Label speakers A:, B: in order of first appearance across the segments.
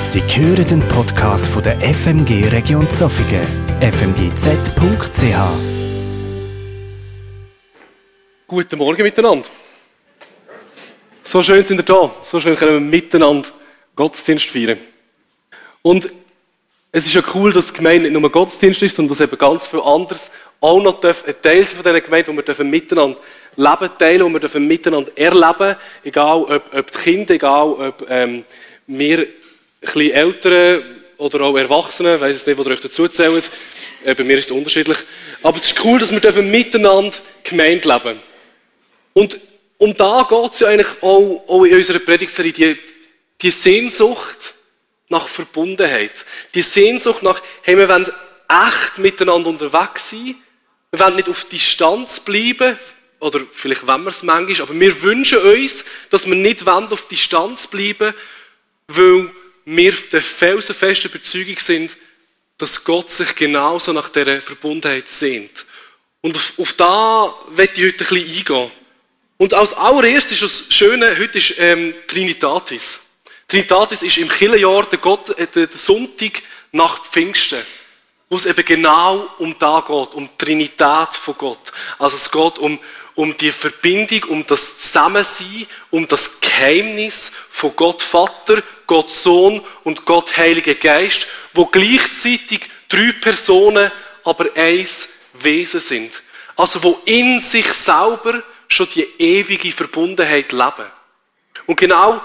A: Sie hören den Podcast von der FMG Region Zofingen, fmgz.ch.
B: Guten Morgen miteinander. So schön sind wir da. So schön können wir miteinander Gottesdienst feiern. Und es ist ja cool, dass die Gemeinde nicht nur Gottesdienst ist, sondern dass eben ganz viel anderes auch noch ein Teil von dieser Gemeinde, wo wir miteinander leben teilen, wo wir miteinander erleben, egal ob die Kinder, egal ob wir ein bisschen Ältere oder auch Erwachsene, ich weiss jetzt nicht, wo ihr euch dazu zählt, bei mir ist es unterschiedlich. Aber es ist cool, dass wir miteinander Gemeinde leben. Und um da geht es ja eigentlich auch in unserer Predigtserie, die Sehnsucht nach Verbundenheit. Die Sehnsucht nach, hey, wir wollen echt miteinander unterwegs sein. Wir wollen nicht auf Distanz bleiben, oder vielleicht wollen wir es manchmal, aber wir wünschen uns, dass wir nicht auf Distanz bleiben, weil wir der felsenfesten Überzeugung sind, dass Gott sich genauso nach dieser Verbundenheit sehnt. Und auf da möchte ich heute ein bisschen eingehen. Und als allererstes ist das Schöne, heute ist Trinitatis. Trinitatis ist im Kirchenjahr der Sonntag nach Pfingsten, wo es eben genau um da geht, um die Trinität von Gott. Also es geht um die Verbindung, um das Zusammensein, um das Geheimnis von Gott Vater, Gott Sohn und Gott Heiliger Geist, wo gleichzeitig 3 Personen, aber eins Wesen sind. Also wo in sich selber schon die ewige Verbundenheit leben. Und genau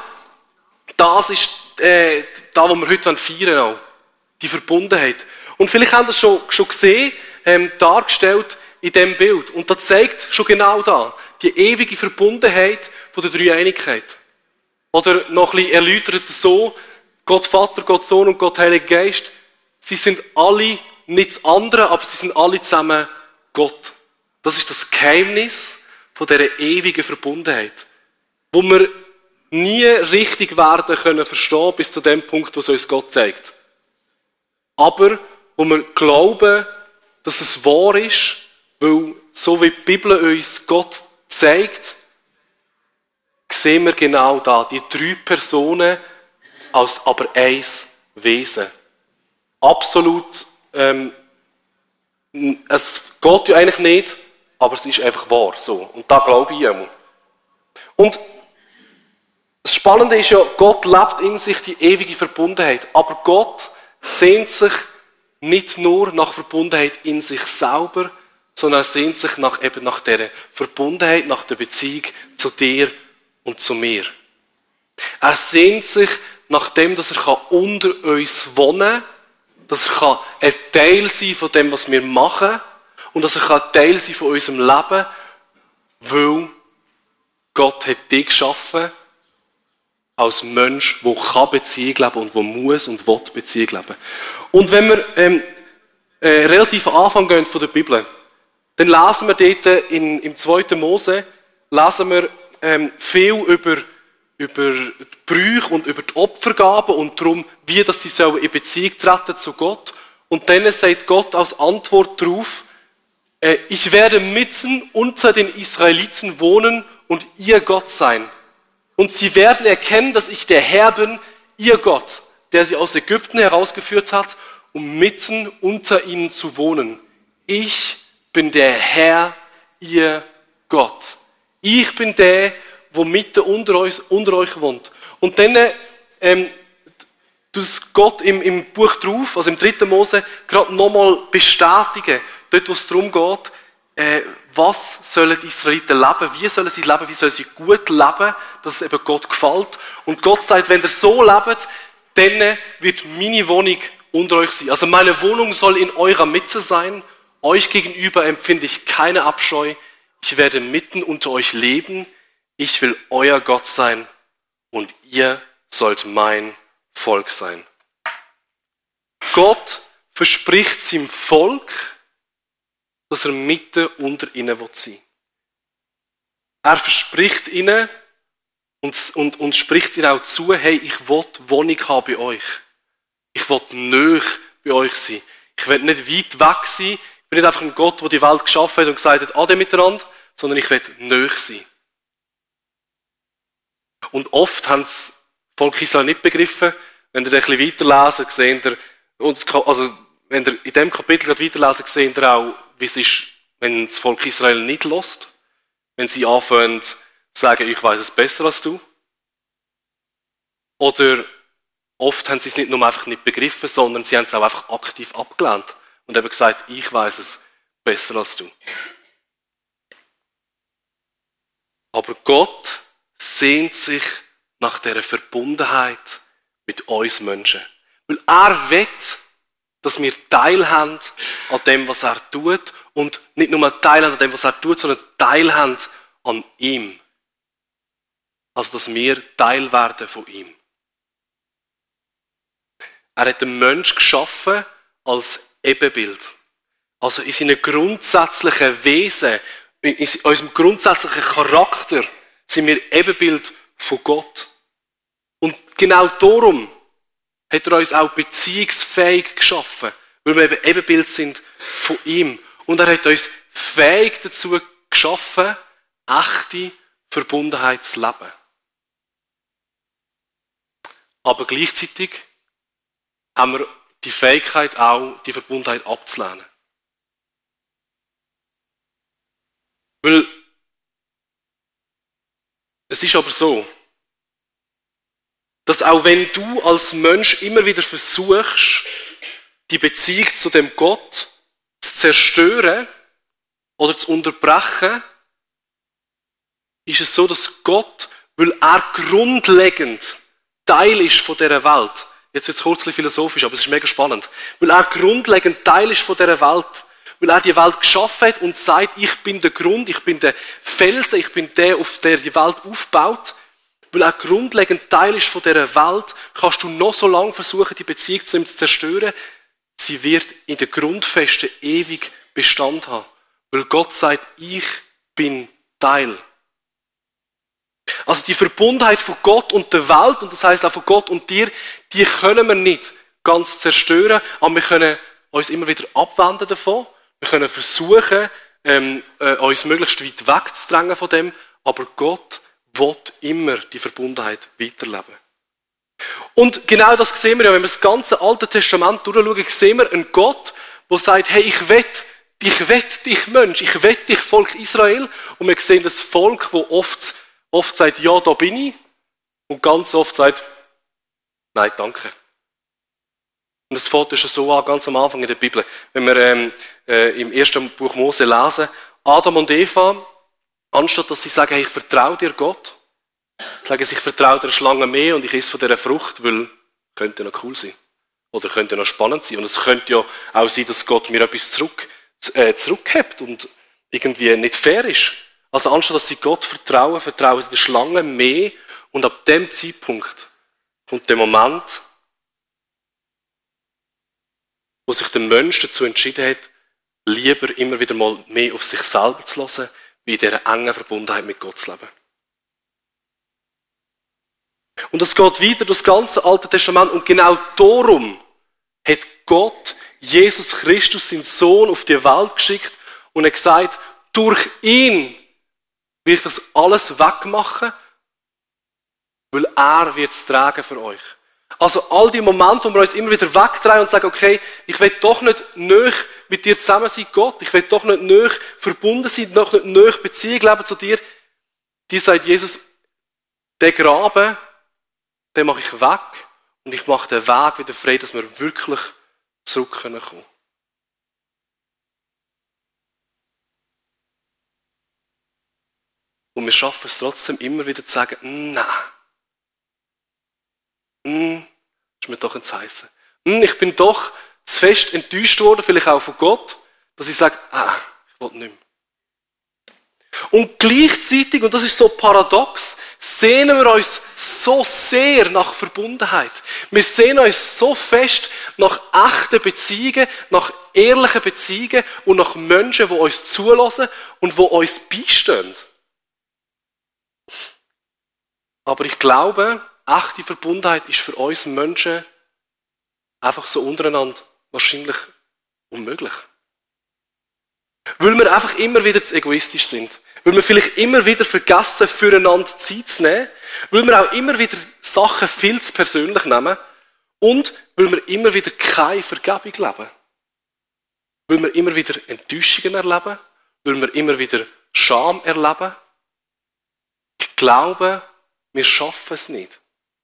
B: das ist da, wo wir heute feiern auch. Die Verbundenheit. Und vielleicht haben das schon gesehen, dargestellt in diesem Bild. Und das zeigt schon genau da, die ewige Verbundenheit von der Dreieinigkeit. Oder noch ein bisschen erläutert so, Gott Vater, Gott Sohn und Gott Heiliger Geist, sie sind alle nichts anderes, aber sie sind alle zusammen Gott. Das ist das Geheimnis von dieser ewigen Verbundenheit, wo wir nie richtig werden können verstehen bis zu dem Punkt, wo es uns Gott zeigt. Aber wo wir glauben, dass es wahr ist, weil so wie die Bibel uns Gott zeigt, sehen wir genau da, die 3 Personen als aber eins Wesen. Absolut, es geht ja eigentlich nicht, aber es ist einfach wahr, so. Und da glaube ich einmal. Und das Spannende ist ja, Gott lebt in sich die ewige Verbundenheit, aber Gott sehnt sich nicht nur nach Verbundenheit in sich selber, sondern er sehnt sich nach dieser Verbundenheit, nach der Beziehung zu dir und zu mir. Er sehnt sich nach dem, dass er unter uns wohnen kann, dass er ein Teil sein von dem, was wir machen, und dass er ein Teil sein von unserem Leben, weil Gott hat dich geschaffen als Mensch, der Beziehung leben und der muss und will Beziehung leben. Und wenn wir relativ am Anfang gehen von der Bibel, dann lesen wir dort im 2. Mose lesen wir viel über die Brüche und über die Opfergaben und darum, wie dass sie in Beziehung treten zu Gott. Und dann sagt Gott als Antwort darauf, ich werde mitten unter den Israeliten wohnen und ihr Gott sein. Und sie werden erkennen, dass ich der Herr bin, ihr Gott, der sie aus Ägypten herausgeführt hat, um mitten unter ihnen zu wohnen. Ich bin der Herr, ihr Gott. Ich bin der, der mitten unter euch wohnt. Und dann tut Gott im Buch drauf, also im 3. Mose, gerade nochmal bestätigen, dort wo es darum geht, was sollen die Israeliten leben, wie sollen sie leben, wie sollen sie gut leben, dass es eben Gott gefällt. Und Gott sagt, wenn ihr so lebt, dann wird meine Wohnung unter euch sein. Also meine Wohnung soll in eurer Mitte sein. Euch gegenüber empfinde ich keine Abscheu. Ich werde mitten unter euch leben. Ich will euer Gott sein und ihr sollt mein Volk sein. Gott verspricht seinem Volk, dass er mitten unter ihnen sein will. Er verspricht ihnen und spricht ihnen auch zu, hey, ich will Wohnung haben bei euch. Ich will nahe bei euch sein. Ich will nicht weit weg sein. Ich bin nicht einfach ein Gott, der die Welt geschaffen hat und gesagt hat, ade miteinander, sondern ich will nahe sein. Und oft haben es Volk Israel nicht begriffen, Wenn ihr ein bisschen weiterlesen, seht ihr, wenn ihr in diesem Kapitel weiterlesen, seht ihr auch, wie es ist, wenn das Volk Israel nicht lässt. Wenn sie anfangen zu sagen, ich weiß es besser als du. Oder oft haben sie es nicht nur einfach nicht begriffen, sondern sie haben es auch einfach aktiv abgelehnt. Und eben gesagt, ich weiß es besser als du. Aber Gott sehnt sich nach dieser Verbundenheit mit uns Menschen. Weil er will, dass wir teilhaben an dem, was er tut. Und nicht nur teilhaben an dem, was er tut, sondern teilhaben an ihm. Also, dass wir Teil werden von ihm. Er hat den Menschen geschaffen als Ebenbild. Also in seinem grundsätzlichen Wesen, in unserem grundsätzlichen Charakter sind wir Ebenbild von Gott. Und genau darum hat er uns auch beziehungsfähig geschaffen, weil wir eben Ebenbild sind von ihm. Und er hat uns fähig dazu geschaffen, echte Verbundenheit zu leben. Aber gleichzeitig haben wir die Fähigkeit auch, die Verbundenheit abzulehnen. Weil es ist aber so, dass auch wenn du als Mensch immer wieder versuchst, die Beziehung zu dem Gott zu zerstören oder zu unterbrechen, ist es so, dass Gott, weil er grundlegend Teil ist von dieser Welt, jetzt wird es kurz ein bisschen philosophisch, aber es ist mega spannend, weil er grundlegend Teil ist von dieser Welt, weil er die Welt geschaffen hat und sagt, ich bin der Grund, ich bin der Felsen, ich bin der, auf der die Welt aufbaut, weil er grundlegend Teil ist von dieser Welt, kannst du noch so lange versuchen, die Beziehung zu ihm zu zerstören, sie wird in der Grundfesten ewig Bestand haben. Weil Gott sagt, ich bin Teil. Also die Verbundenheit von Gott und der Welt, und das heisst auch von Gott und dir, die können wir nicht ganz zerstören, aber wir können uns immer wieder abwenden davon. Wir können versuchen, uns möglichst weit wegzudrängen von dem, aber Gott will immer die Verbundenheit weiterleben. Und genau das sehen wir ja, wenn wir das ganze Alte Testament durchschauen, sehen wir einen Gott, der sagt, hey, ich will dich Mensch, ich will dich Volk Israel. Und wir sehen das Volk, das oft sagt, ja, da bin ich. Und ganz oft sagt, nein, danke. Und das fängt ja schon so an, ganz am Anfang in der Bibel. Wenn wir im ersten Buch Mose lesen, Adam und Eva, anstatt dass sie sagen, hey, ich vertraue dir Gott, sagen sie, ich vertraue der Schlange mehr und ich esse von dieser Frucht, weil könnte noch cool sein. Oder könnte noch spannend sein. Und es könnte ja auch sein, dass Gott mir etwas zurückhebt und irgendwie nicht fair ist. Also anstatt dass sie Gott vertrauen, vertrauen sie der Schlange mehr. Und ab dem Zeitpunkt kommt der Moment, wo sich der Mensch dazu entschieden hat, lieber immer wieder mal mehr auf sich selber zu hören, wie in dieser engen Verbundenheit mit Gott zu leben. Und das geht weiter durch das ganze Alte Testament. Und genau darum hat Gott Jesus Christus, seinen Sohn, auf die Welt geschickt und hat gesagt, durch ihn will ich das alles wegmachen, weil er wird es tragen für euch. Also all die Momente, wo wir uns immer wieder wegdrehen und sagen, okay, ich will doch nicht näher mit dir zusammen sein, Gott, ich will doch nicht näher verbunden sein, noch nicht näher Beziehung leben zu dir, die sagt Jesus, den Graben, den mache ich weg und ich mache den Weg wieder frei, dass wir wirklich zurück kommen können. Und wir schaffen es trotzdem immer wieder zu sagen, nein. Ist mir doch ein Zeichen. Ich bin doch zu fest enttäuscht worden, vielleicht auch von Gott, dass ich sage, ich will nicht mehr. Und gleichzeitig, und das ist so paradox, sehnen wir uns so sehr nach Verbundenheit. Wir sehnen uns so fest nach echten Beziehungen, nach ehrlichen Beziehungen und nach Menschen, die uns zulassen und die uns beistehen. Aber ich glaube, echte Verbundenheit ist für uns Menschen einfach so untereinander wahrscheinlich unmöglich. Weil wir einfach immer wieder zu egoistisch sind. Weil wir vielleicht immer wieder vergessen, füreinander Zeit zu nehmen. Weil wir auch immer wieder Sachen viel zu persönlich nehmen. Und weil wir immer wieder keine Vergebung leben. Weil wir immer wieder Enttäuschungen erleben. Weil wir immer wieder Scham erleben. Ich glaube, wir schaffen es nicht.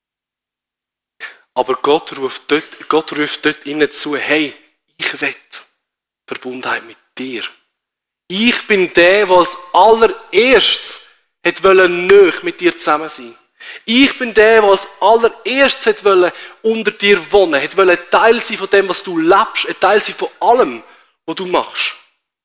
B: Aber Gott ruft dort innen zu, hey, ich will Verbundenheit mit dir. Ich bin der, der als allererstes nahe mit dir zusammen sein. Ich bin der, der als allererstes unter dir wohnen, ein Teil sein von dem, was du lebst, ein Teil sein von allem, was du machst.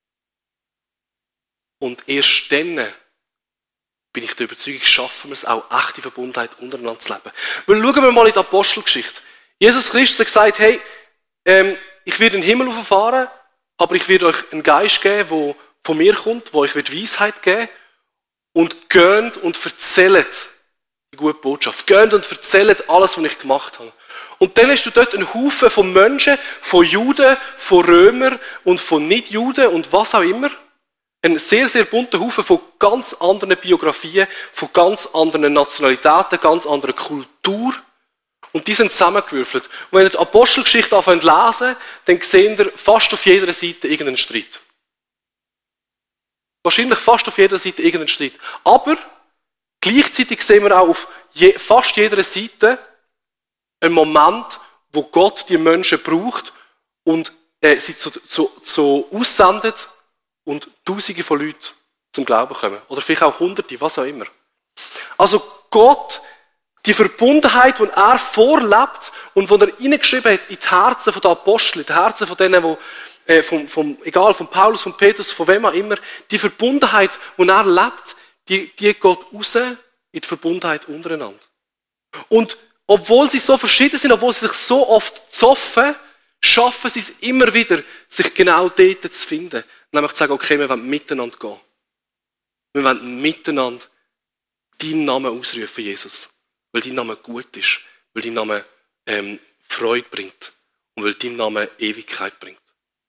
B: Und erst dann bin ich der Überzeugung, schaffen wir es auch, echte Verbundenheit untereinander zu leben. Weil schauen wir mal in die Apostelgeschichte. Jesus Christus hat gesagt, hey, ich werde in den Himmel hochfahren, aber ich werde euch einen Geist geben, der von mir kommt, der euch Weisheit geben wird. Und geht und erzählt die gute Botschaft. Geht und erzählt alles, was ich gemacht habe. Und dann hast du dort einen Haufen von Menschen, von Juden, von Römern und von Nicht-Juden und was auch immer. Ein sehr, sehr bunter Haufen von ganz anderen Biografien, von ganz anderen Nationalitäten, ganz anderer Kultur. Und die sind zusammengewürfelt. Und wenn ihr die Apostelgeschichte anfangt zu lesen, dann seht ihr fast auf jeder Seite irgendeinen Streit. Wahrscheinlich fast auf jeder Seite irgendeinen Streit. Aber gleichzeitig sehen wir auch auf fast jeder Seite einen Moment, wo Gott die Menschen braucht und sie so aussendet und Tausende von Leuten zum Glauben kommen. Oder vielleicht auch Hunderte, was auch immer. Also Gott, die Verbundenheit, die er vorlebt und die er hineingeschrieben hat in die Herzen der Apostel, in die Herzen von denen, die egal, von Paulus, von Petrus, von wem auch immer, die Verbundenheit, die er lebt, die geht raus in die Verbundenheit untereinander. Und obwohl sie so verschieden sind, obwohl sie sich so oft zoffen, schaffen sie es immer wieder, sich genau dort zu finden. Nämlich zu sagen, okay, wir wollen miteinander gehen. Wir wollen miteinander deinen Namen ausrufen, Jesus. Weil dein Name gut ist. Weil dein Name Freude bringt. Und weil dein Name Ewigkeit bringt.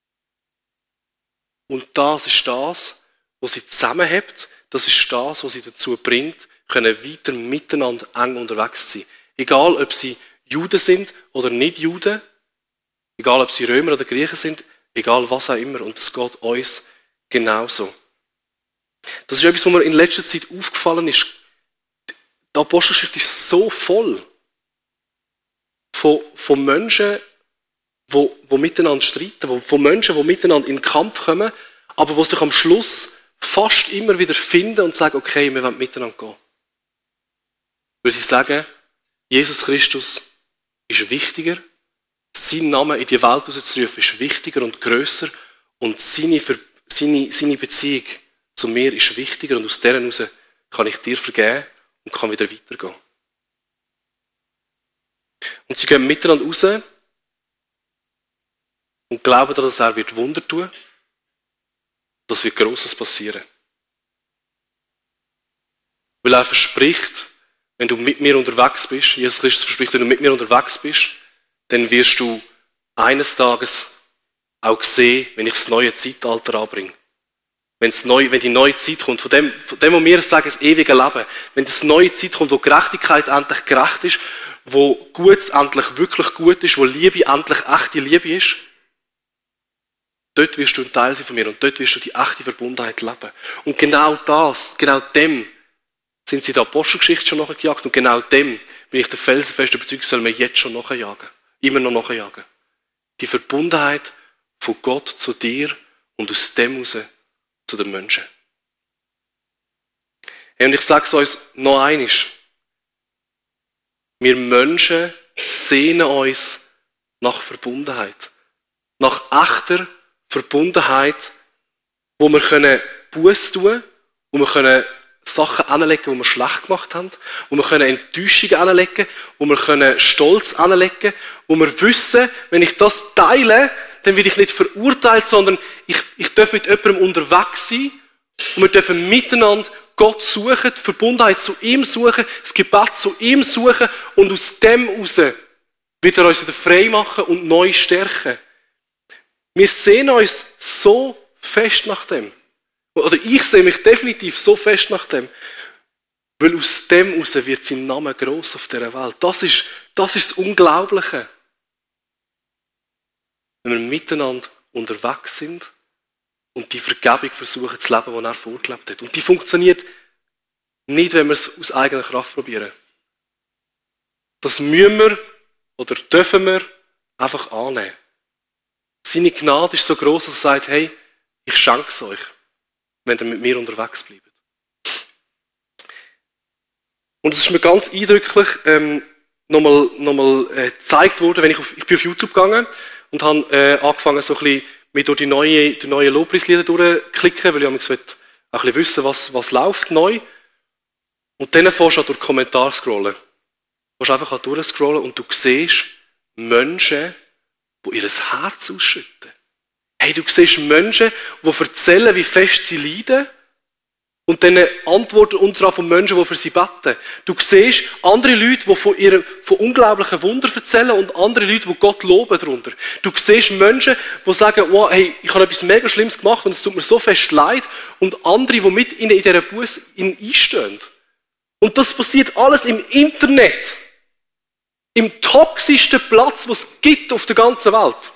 B: Und das ist das, was sie zusammenhält. Das ist das, was sie dazu bringt, können weiter miteinander eng unterwegs sein. Egal, ob sie Juden sind oder nicht Juden. Egal, ob sie Römer oder Griechen sind. Egal, was auch immer. Und das geht uns genauso. Das ist etwas, was mir in letzter Zeit aufgefallen ist. Die Apostelgeschichte ist so voll von Menschen, die miteinander streiten, von Menschen, die miteinander in den Kampf kommen, aber die sich am Schluss fast immer wieder finden und sagen, okay, wir wollen miteinander gehen. Weil sie sagen, Jesus Christus ist wichtiger, sein Name in die Welt rauszurufen ist wichtiger und grösser und seine Beziehung zu mir ist wichtiger und aus dieser heraus kann ich dir vergeben und kann wieder weitergehen. Und sie gehen miteinander raus und glauben daran, dass er wird Wunder tun. Das wird Grosses passieren. Weil er verspricht, wenn du mit mir unterwegs bist, Jesus Christus verspricht, wenn du mit mir unterwegs bist, dann wirst du eines Tages auch sehen, wenn ich das neue Zeitalter anbringe. Wenn die neue Zeit kommt, von dem, was wir sagen, das ewige Leben, wenn das neue Zeit kommt, wo Gerechtigkeit endlich gerecht ist, wo Gutes endlich wirklich gut ist, wo Liebe endlich echte Liebe ist, dort wirst du ein Teil sein von mir und dort wirst du die echte Verbundenheit leben. Und genau dem sind sie in der Apostelgeschichte schon nachgejagt und genau dem bin ich der felsenfest überzeugt, sollen wir jetzt schon nachjagen. Immer noch nachjagen. Die Verbundenheit von Gott zu dir und aus dem heraus zu den Menschen. Hey, und ich sage es uns noch einmal. Wir Menschen sehnen uns nach Verbundenheit. Nach echter Verbundenheit, wo wir Buße tun können, wo wir Sachen anlegen, die wir schlecht gemacht haben, wo wir Enttäuschungen anlegen, wo wir Stolz anlegen, wo wir wissen, wenn ich das teile, dann werde ich nicht verurteilt, sondern ich darf mit jemandem unterwegs sein und wir dürfen miteinander Gott suchen, die Verbundenheit zu ihm suchen, das Gebet zu ihm suchen und aus dem heraus wird er uns wieder frei machen und neu stärken. Wir sehen uns so fest nach dem. Oder ich sehe mich definitiv so fest nach dem. Weil aus dem heraus wird sein Name gross auf dieser Welt. Das ist das Unglaubliche. wenn wir miteinander unterwegs sind und die Vergebung versuchen zu leben, die er vorgelebt hat. Und die funktioniert nicht, wenn wir es aus eigener Kraft probieren. Das müssen wir oder dürfen wir einfach annehmen. Seine Gnade ist so gross, dass er sagt, hey, ich schenke es euch, wenn ihr mit mir unterwegs bleibt. Und es ist mir ganz eindrücklich nochmal gezeigt worden, wenn ich bin auf YouTube gegangen und habe angefangen, so ein bisschen mich durch die neuen Lobpreislieder durchzuklicken, weil ich auch ein bisschen wissen, was läuft neu. Und dann fährst du durch die Kommentare scrollen. Du fährst einfach durchscrollen und du siehst Menschen, die ihr Herz ausschütten. Hey, du siehst Menschen, die erzählen, wie fest sie leiden und dann antworten unter von Menschen, die für sie beten. Du siehst andere Leute, die von unglaublichen Wundern erzählen und andere Leute, die Gott loben darunter. Du siehst Menschen, die sagen, wow, hey, ich habe etwas mega Schlimmes gemacht und es tut mir so fest leid, und andere, die mit ihnen in dieser Buße einstehen. Und das passiert alles im Internet. Im toxischsten Platz, den es gibt auf der ganzen Welt.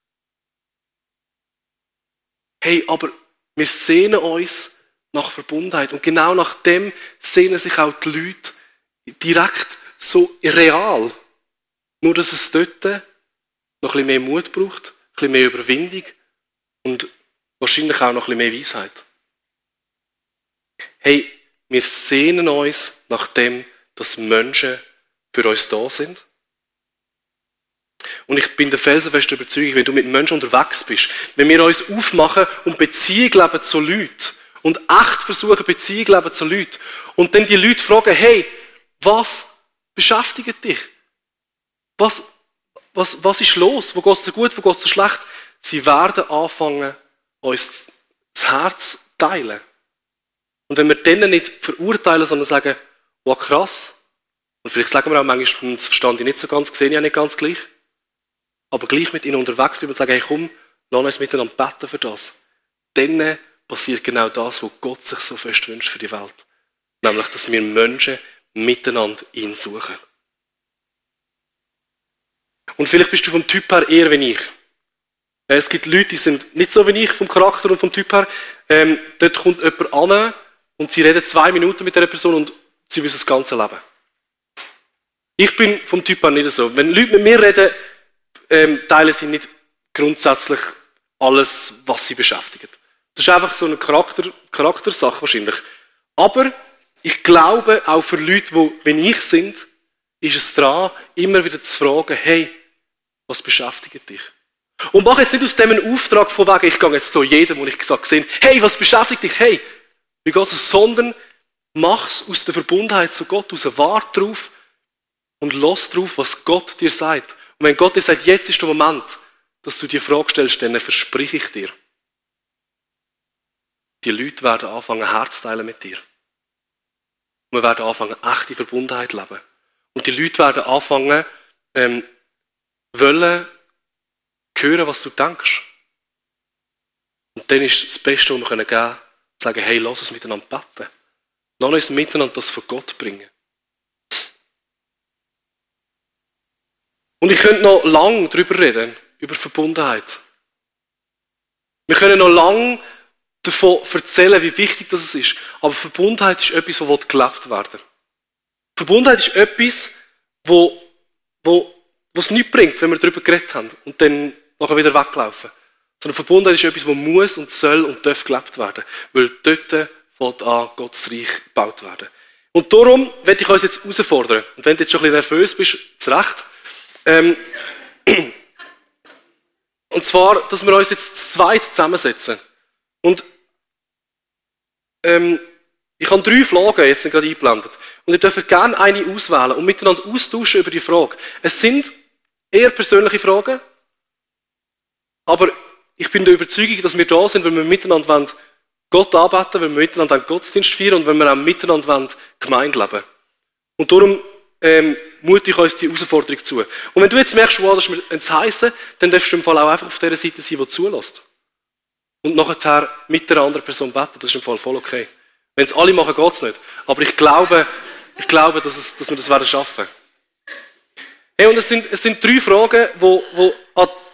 B: Hey, aber wir sehnen uns nach Verbundenheit. Und genau nach dem sehnen sich auch die Leute direkt so real. Nur, dass es dort noch ein bisschen mehr Mut braucht, ein bisschen mehr Überwindung und wahrscheinlich auch noch ein bisschen mehr Weisheit. Hey, wir sehnen uns nach dem, dass Menschen für uns da sind. Und ich bin der felsenfesten Überzeugung, wenn du mit Menschen unterwegs bist, wenn wir uns aufmachen und Beziehung leben zu Leuten und echt versuchen, Beziehung leben zu Leuten und dann die Leute fragen, hey, was beschäftigt dich? Was ist los? Wo geht es dir gut, wo geht es dir schlecht? Sie werden anfangen, uns das Herz zu teilen. Und wenn wir denen nicht verurteilen, sondern sagen, wow, krass, und vielleicht sagen wir auch manchmal, das verstand ich nicht so ganz, sehe ich ja nicht ganz gleich, aber gleich mit ihnen unterwegs bleiben und sagen, hey komm, lass uns miteinander beten für das. Dann passiert genau das, was Gott sich so fest wünscht für die Welt. Nämlich, dass wir Menschen miteinander ihn suchen. Und vielleicht bist du vom Typ her eher wie ich. Es gibt Leute, die sind nicht so wie ich vom Charakter und vom Typ her. Dort kommt jemand an und sie reden 2 Minuten mit dieser Person und sie wissen das ganze Leben. Ich bin vom Typ her nicht so. Wenn Leute mit mir reden, teilen sie nicht grundsätzlich alles, was sie beschäftigt. Das ist einfach so eine Charaktersache wahrscheinlich. Aber ich glaube, auch für Leute, die wie ich sind, ist es dran, immer wieder zu fragen, hey, was beschäftigt dich? Und mach jetzt nicht aus dem einen Auftrag von wegen, ich gehe jetzt so jedem, wo ich gesagt habe, hey, was beschäftigt dich? Hey, wie geht es? Sondern mach es aus der Verbundenheit zu Gott, aus warte drauf und lass drauf, was Gott dir sagt. Und wenn Gott dir sagt, jetzt ist der Moment, dass du die Frage stellst, dann verspreche ich dir, die Leute werden anfangen, Herz zu teilen mit dir. Und wir werden anfangen, echte Verbundenheit zu leben. Und die Leute werden anfangen, wollen hören, was du denkst. Und dann ist das Beste, was wir geben können, sagen, hey, lass uns miteinander beten. Lass uns miteinander das von Gott bringen. Und ich könnte noch lange darüber reden, über Verbundenheit. Wir können noch lange davon erzählen, wie wichtig das ist. Aber Verbundenheit ist etwas, das gelebt werden will. Verbundenheit ist etwas, was nichts bringt, wenn wir darüber geredet haben und dann nachher wieder weglaufen. Sondern Verbundenheit ist etwas, das muss und soll und darf gelebt werden. Weil dort fängt an, Gottes Reich gebaut werden. Und darum werde ich uns jetzt herausfordern. Und wenn du jetzt schon ein bisschen nervös bist, zu Recht. Und zwar, dass wir uns jetzt zu zweit zusammensetzen. Und ich habe 3 Fragen jetzt gerade eingeblendet. Und ihr dürft gerne eine auswählen und miteinander austauschen über die Frage. Es sind eher persönliche Fragen, aber ich bin der Überzeugung, dass wir da sind, wenn wir miteinander Gott anbeten, wenn wir miteinander einen Gottesdienst feiern und wenn wir auch miteinander Gemeinde leben. Und darum mute ich uns die Herausforderung zu. Und wenn du jetzt merkst, wow, das ist mir ins Heissen, dann darfst du im Fall auch einfach auf der Seite sein, die zulässt. Und nachher mit der anderen Person beten, das ist im Fall voll okay. Wenn es alle machen, geht es nicht. Aber ich glaube, dass wir das werden schaffen. Hey, und es sind 3 Fragen, die an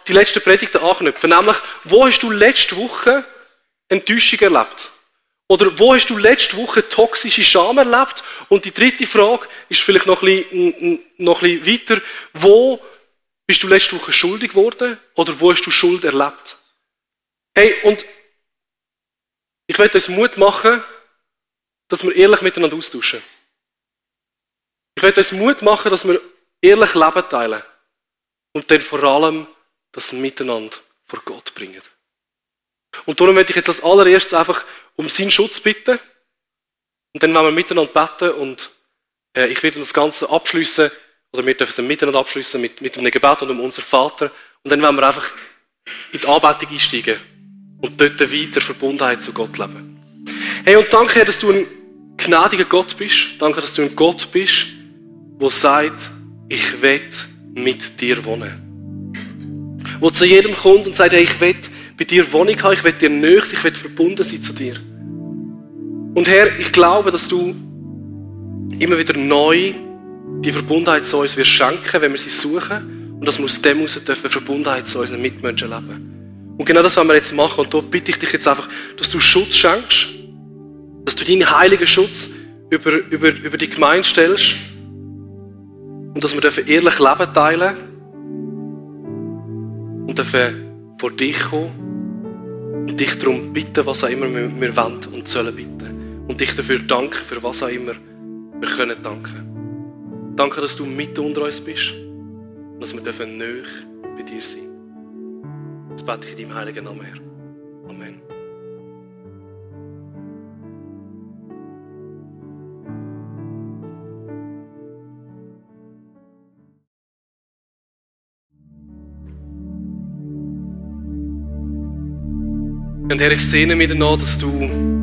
B: die letzten Predigten anknüpfen. Nämlich, wo hast du letzte Woche Enttäuschung erlebt? Oder wo hast du letzte Woche toxische Scham erlebt? Und die dritte Frage ist vielleicht noch ein bisschen weiter. Wo bist du letzte Woche schuldig geworden? Oder wo hast du Schuld erlebt? Hey, und ich werde uns Mut machen, dass wir ehrlich miteinander austauschen. Ich werde uns Mut machen, dass wir ehrlich Leben teilen. Und dann vor allem das Miteinander vor Gott bringen. Und darum werde ich jetzt als allererstes einfach um seinen Schutz bitten. Und dann werden wir miteinander beten und ich werde das Ganze abschliessen, oder wir dürfen es miteinander abschliessen mit einem Gebet und um unseren Vater. Und dann werden wir einfach in die Anbetung einsteigen und dort weiter Verbundenheit zu Gott leben. Hey, und danke, dass du ein gnädiger Gott bist. Danke, dass du ein Gott bist, der sagt, ich will mit dir wohnen. Wo zu jedem kommt und sagt, hey, ich will bei dir Wohnung haben, ich will dir nahe sein, ich will verbunden sein zu dir. Und Herr, ich glaube, dass du immer wieder neu die Verbundenheit zu uns wirst schenken, wenn wir sie suchen, und dass wir aus dem heraus dürfen Verbundenheit zu unseren Mitmenschen leben. Und genau das wollen wir jetzt machen. Und da bitte ich dich jetzt einfach, dass du Schutz schenkst, dass du deinen heiligen Schutz über die Gemeinde stellst und dass wir dürfen ehrlich Leben teilen und dürfen vor dich kommen und dich darum bitten, was auch immer wir wollen und sollen bitten. Und dich dafür danken, für was auch immer wir können danken. Danke, dass du mitten unter uns bist und dass wir dürfen nahe bei dir sein. Das bete ich in deinem heiligen Namen, Herr. Amen. Und Herr, ich sehne mich danach, dass du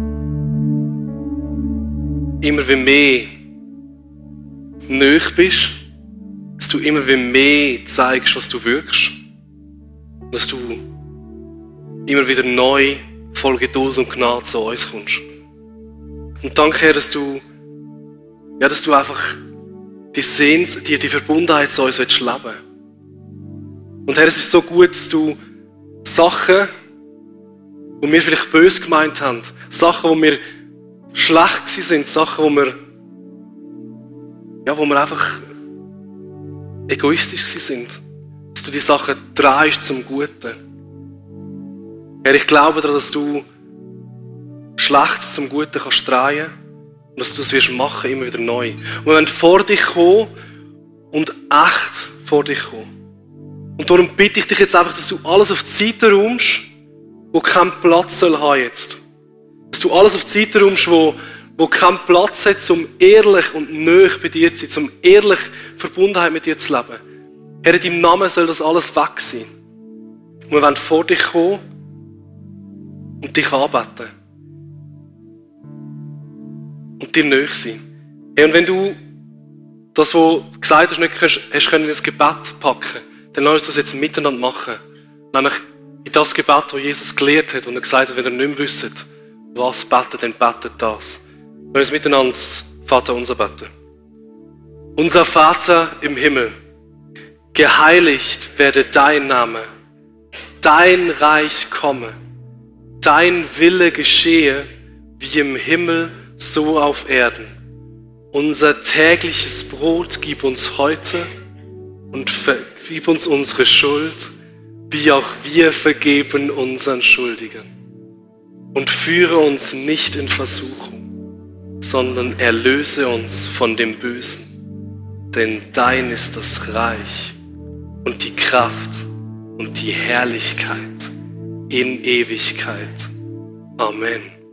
B: immer wie mehr nahe bist, dass du immer wie mehr zeigst, was du wirkst, dass du immer wieder neu voll Geduld und Gnade zu uns kommst. Und danke, Herr, dass du einfach die Verbundenheit zu uns leben willst. Und Herr, es ist so gut, dass du Sachen, wo wir vielleicht böse gemeint haben, Sachen, wo wir schlecht sind, Sachen, wo wir einfach egoistisch sind, dass du die Sachen drehst zum Guten. Herr, ich glaube daran, dass du Schlechtes zum Guten kannst drehen und dass du das wirst machen, immer wieder neu. Und wir wollen vor dich kommen und echt vor dich kommen. Und darum bitte ich dich jetzt einfach, dass du alles auf die Seite räumst, wo keinen Platz soll haben jetzt. Dass du alles auf die Seite räumst, wo keinen Platz hat, um ehrlich und nahe bei dir zu sein, um ehrlich Verbundenheit mit dir zu leben. Herr, in deinem Namen soll das alles weg sein. Und wir wollen vor dich kommen und dich anbeten. Und dir nahe sein. Hey, und wenn du das, was du gesagt hast, nicht hast können in das Gebet packen, dann lass uns das jetzt miteinander machen. Nämlich in das Gebet, das Jesus gelehrt hat und er gesagt hat, wenn ihr nicht mehr wisst, was betet, dann betet das. Wir uns miteinander das Vaterunser beten. Unser Vater im Himmel, geheiligt werde dein Name, dein Reich komme, dein Wille geschehe, wie im Himmel, so auf Erden. Unser tägliches Brot gib uns heute und vergib uns unsere Schuld, wie auch wir vergeben unseren Schuldigern. Und führe uns nicht in Versuchung, sondern erlöse uns von dem Bösen. Denn dein ist das Reich und die Kraft und die Herrlichkeit in Ewigkeit. Amen.